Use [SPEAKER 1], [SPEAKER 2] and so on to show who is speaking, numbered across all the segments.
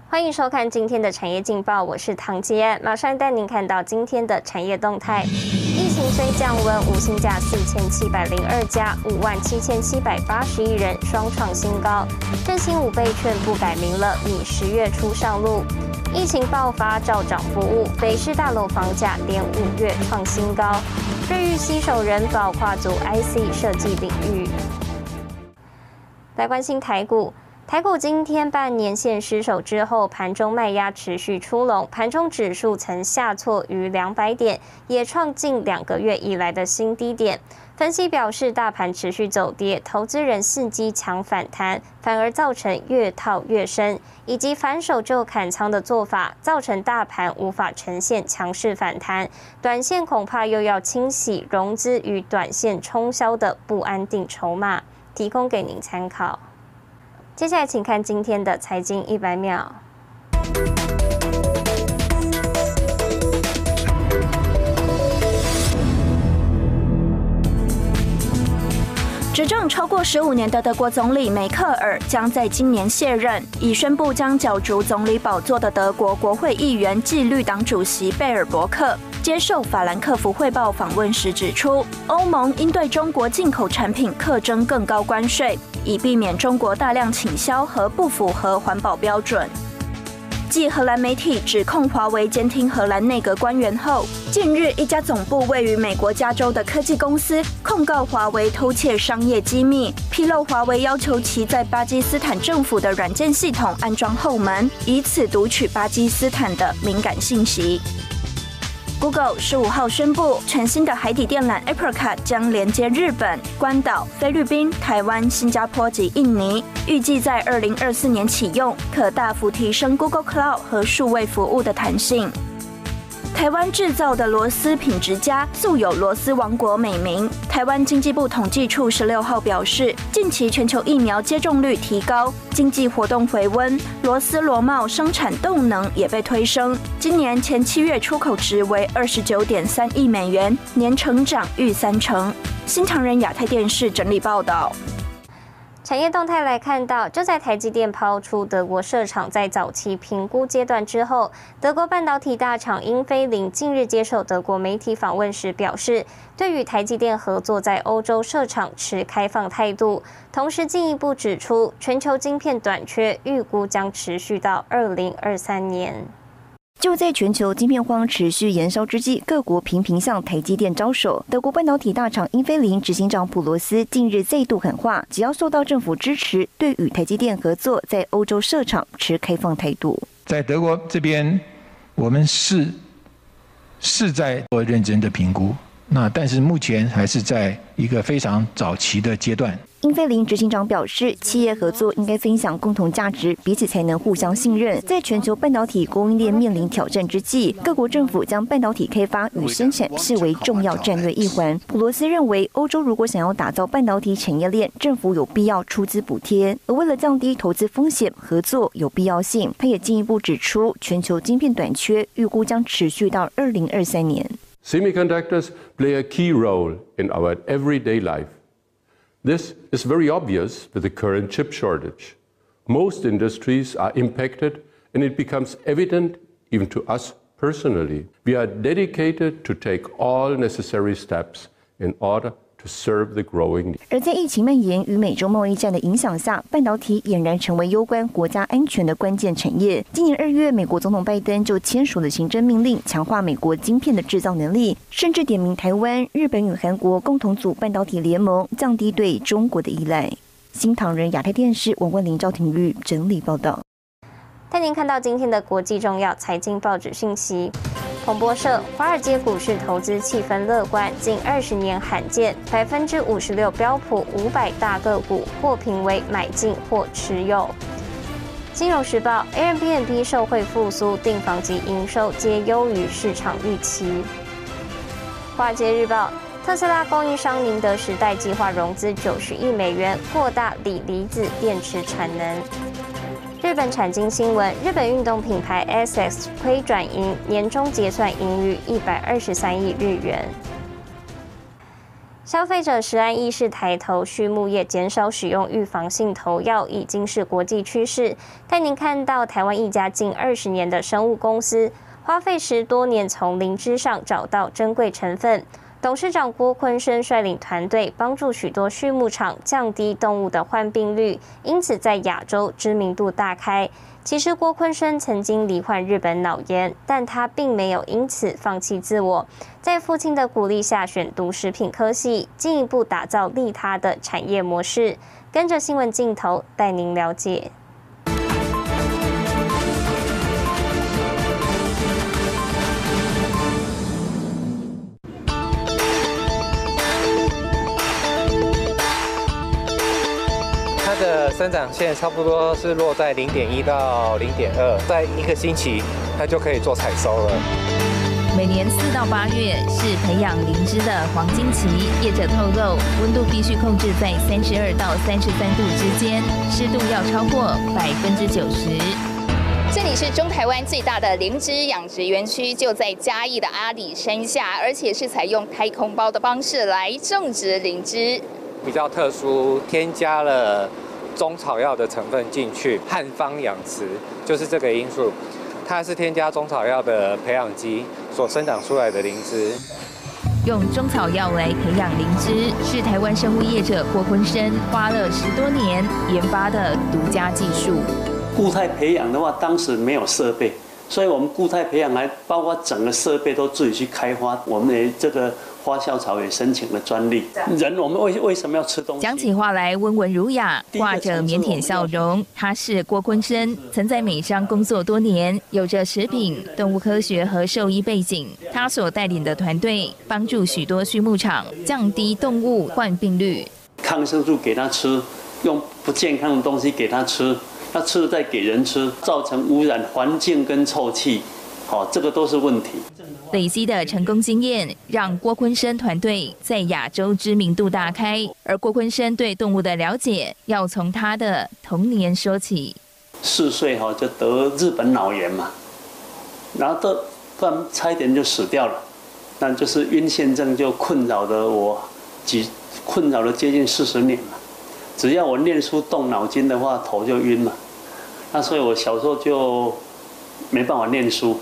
[SPEAKER 1] 欢迎收看今天的产业劲报，我是唐吉安，马上带您看到今天的产业动态。疫情虽降温，无薪假4702家，57781人，双创新高。振兴5倍券不改名了，拟10月初上路。疫情爆发，照涨不误，北市大楼房价连5月创新高。瑞昱携手人保跨足 IC 设计领域。来关心台股。台股今天半年线失守之后，盘中卖压持续出笼，盘中指数曾下挫逾200点，也创近2个月以来的新低点。分析表示，大盘持续走跌，投资人伺机抢反弹，反而造成越套越深，以及反手就砍仓的做法，造成大盘无法呈现强势反弹。短线恐怕又要清洗融资与短线冲销的不安定筹码，提供给您参考。接下来，请看今天的财经100秒。
[SPEAKER 2] 执政超过15年的德国总理梅克尔将在今年卸任，已宣布将角逐总理宝座的德国国会议员暨绿党主席贝尔伯克接受法兰克福汇报访问时指出，欧盟应对中国进口产品课征更高关税，以避免中国大量倾销和不符合环保标准。继荷兰媒体指控华为监听荷兰内阁官员后，近日一家总部位于美国加州的科技公司控告华为偷窃商业机密，披露华为要求其在巴基斯坦政府的软件系统安装后门，以此读取巴基斯坦的敏感信息。Google 15号宣布，全新的海底电缆 Apricot 将连接日本、关岛、菲律宾、台湾、新加坡及印尼，预计在2024年启用，可大幅提升 Google Cloud 和数位服务的弹性。台湾制造的螺丝品质佳，素有螺丝王国美名。台湾经济部统计处16号表示，近期全球疫苗接种率提高，经济活动回温，螺丝螺帽生产动能也被推升。今年前7月出口值为29.3亿美元，年成长逾30%。新唐人亚太电视整理报道。
[SPEAKER 1] 产业动态来看到，就在台积电抛出德国设厂在早期评估阶段之后，德国半导体大厂英飞凌近日接受德国媒体访问时表示，对于台积电合作在欧洲设厂持开放态度，同时进一步指出，全球晶片短缺预估将持续到2023年。
[SPEAKER 3] 就在全球晶片荒持续延烧之际，各国频频向台积电招手。德国半导体大厂英飞凌执行长普罗斯近日再度喊话，只要受到政府支持，对与台积电合作在欧洲设厂持开放态度。
[SPEAKER 4] 在德国这边，我们是在做认真的评估，但是目前还是在一个非常早期的阶段。
[SPEAKER 3] 英飞凌执行长表示，企业合作应该分享共同价值，彼此才能互相信任。在全球半导体供应链面临挑战之际，各国政府将半导体开发与生产视为重要战略一环。普罗斯认为，欧洲如果想要打造半导体产业链，政府有必要出资补贴，而为了降低投资风险，合作有必要性。他也进一步指出，全球晶片短缺预估将持续到2023年。
[SPEAKER 5] Semiconductors play a key role in our everyday life. This is very obvious with the current chip shortage. Most industries are impacted, and it becomes evident even to us personally. We are dedicated to take all necessary steps in order to serve the growing need.
[SPEAKER 3] 而在疫情蔓延与美洲贸易战的影响下，半导体俨然成为攸关国家安全的关键产业。今年2月，美国总统拜登就签署了行政命令，强化美国晶片的制造能力，甚至点名台湾、日本与韩国共同组半导体联盟，降低对中国的依赖。新唐人亚太电视王冠霖、赵廷玉整理报道。
[SPEAKER 1] 带您看到今天的国际重要财经报纸讯息。彭博社：华尔街股市投资气氛乐观，近20年罕见，56%标普500大个股或评为买进或持有。金融时报 ：Airbnb 受惠复苏，订房及营收皆优于市场预期。华尔街日报：特斯拉供应商宁德时代计划融资90亿美元，扩大锂离子电池产能。日本产经新闻：日本运动品牌 Asics 亏转盈，年终结算盈余123亿日元。 消费者食安意识抬头，畜牧业减少使用预防性投药已经是国际趋势。带您看到台湾一家近20年的生物公司，花费10多年从灵芝上找到珍贵成分。董事长郭坤生率领团队，帮助许多畜牧场降低动物的患病率，因此在亚洲知名度大开。其实郭坤生曾经罹患日本脑炎，但他并没有因此放弃自我，在父亲的鼓励下选读食品科系，进一步打造利他的产业模式。跟着新闻镜头带您了解。
[SPEAKER 6] 它的生长线差不多是落在0.1到0.2，在1个星期它就可以做采收了。
[SPEAKER 7] 每年4到8月是培养灵芝的黄金期，业者透露，温度必须控制在32到33度之间，湿度要超过90%。
[SPEAKER 8] 这里是中台湾最大的灵芝养殖园区，就在嘉义的阿里山下，而且是采用太空包的方式来种植灵芝。
[SPEAKER 6] 比较特殊，添加了中草药的成分进去，汉方养殖就是这个因素。它是添加中草药的培养基所生长出来的灵芝。
[SPEAKER 7] 用中草药来培养灵芝，是台湾生物业者郭坤生花了10多年研发的独家技术。
[SPEAKER 9] 固态培养的话，当时没有设备，所以我们固态培养还包括整个设备都自己去开发。我们的这个花酵草也申请了专利。人我们为什么要吃东西？
[SPEAKER 7] 讲起话来温文儒雅，挂着腼腆笑容。他是郭坤生，曾在美商工作多年，有着食品、动物科学和兽医背景。他所带领的团队帮助许多畜牧场降低动物患病率。
[SPEAKER 9] 抗生素给他吃，用不健康的东西给他吃，他吃了再给人吃，造成污染环境跟臭气。这个都是问题。
[SPEAKER 7] 累积的成功经验，让郭坤生团队在亚洲知名度大开。而郭坤生对动物的了解，要从他的童年说起。
[SPEAKER 9] 4岁就得日本脑炎嘛，然后不然差一点就死掉了。那就是晕眩症就困扰了我，困扰了接近40年嘛。只要我念书动脑筋的话，头就晕嘛。那所以我小时候就没办法念书。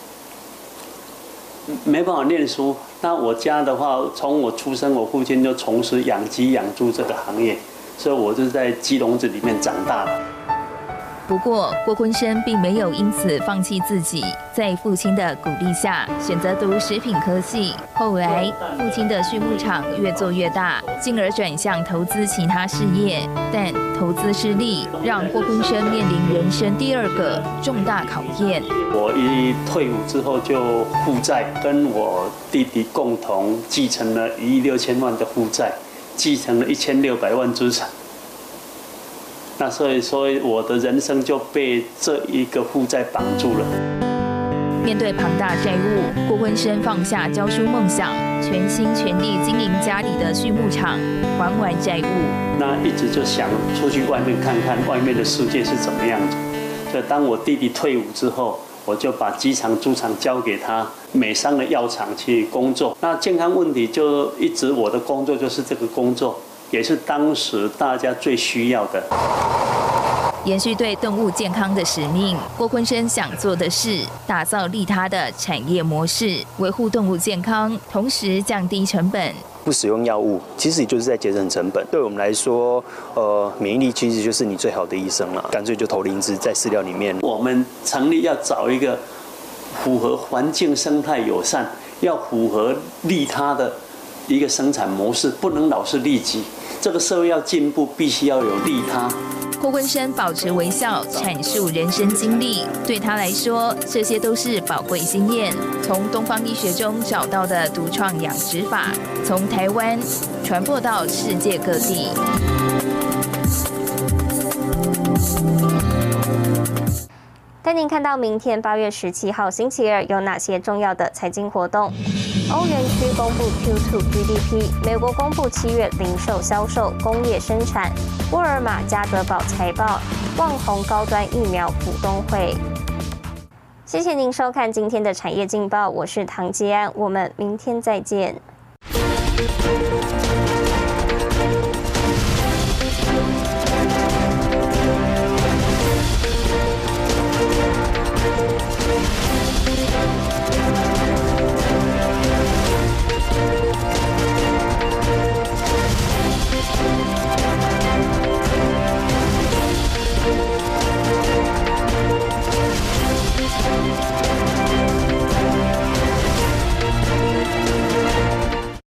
[SPEAKER 9] 那我家的话，从我出生，我父亲就从事养鸡养猪这个行业，所以我就在鸡笼子里面长大的。
[SPEAKER 7] 不过，郭坤生并没有因此放弃自己，在父亲的鼓励下，选择读食品科系。后来，父亲的畜牧场越做越大，进而转向投资其他事业。但投资失利，让郭坤生面临人生第2个重大考验。
[SPEAKER 9] 我一退伍之后就负债，跟我弟弟共同继承了1亿6千万的负债，继承了1600万资产。那所以我的人生就被这一个负债绑住了。
[SPEAKER 7] 面对庞大债务，郭坤生放下教书梦想，全心全力经营家里的畜牧场，还完债务。
[SPEAKER 9] 那一直就想出去外面看看外面的世界是怎么样子。所以当我弟弟退伍之后，我就把鸡场、猪场交给他，美商的药厂去工作。那健康问题就一直我的工作就是这个工作。也是当时大家最需要的。
[SPEAKER 7] 延续对动物健康的使命，郭坤生想做的是打造利他的产业模式，维护动物健康，同时降低成本。
[SPEAKER 10] 不使用药物，其实也就是在节省成本。对我们来说，免疫力其实就是你最好的医生了。干脆就投灵芝在饲料里面。
[SPEAKER 9] 我们成立要找一个符合环境生态友善，要符合利他的一个生产模式，不能老是利己。这个社会要进步，必须要有利他。
[SPEAKER 7] 郭坤生保持微笑，阐述人生经历。对他来说，这些都是宝贵经验。从东方医学中找到的独创养殖法，从台湾传播到世界各地。
[SPEAKER 1] 带您看到明天8月17号星期二有哪些重要的财经活动。欧元区公布 Q2 GDP， 美国公布7月零售销售、工业生产，沃尔玛、家得宝财报，旺宏高端疫苗股东会。谢谢您收看今天的产业劲报，我是唐吉安，我们明天再见。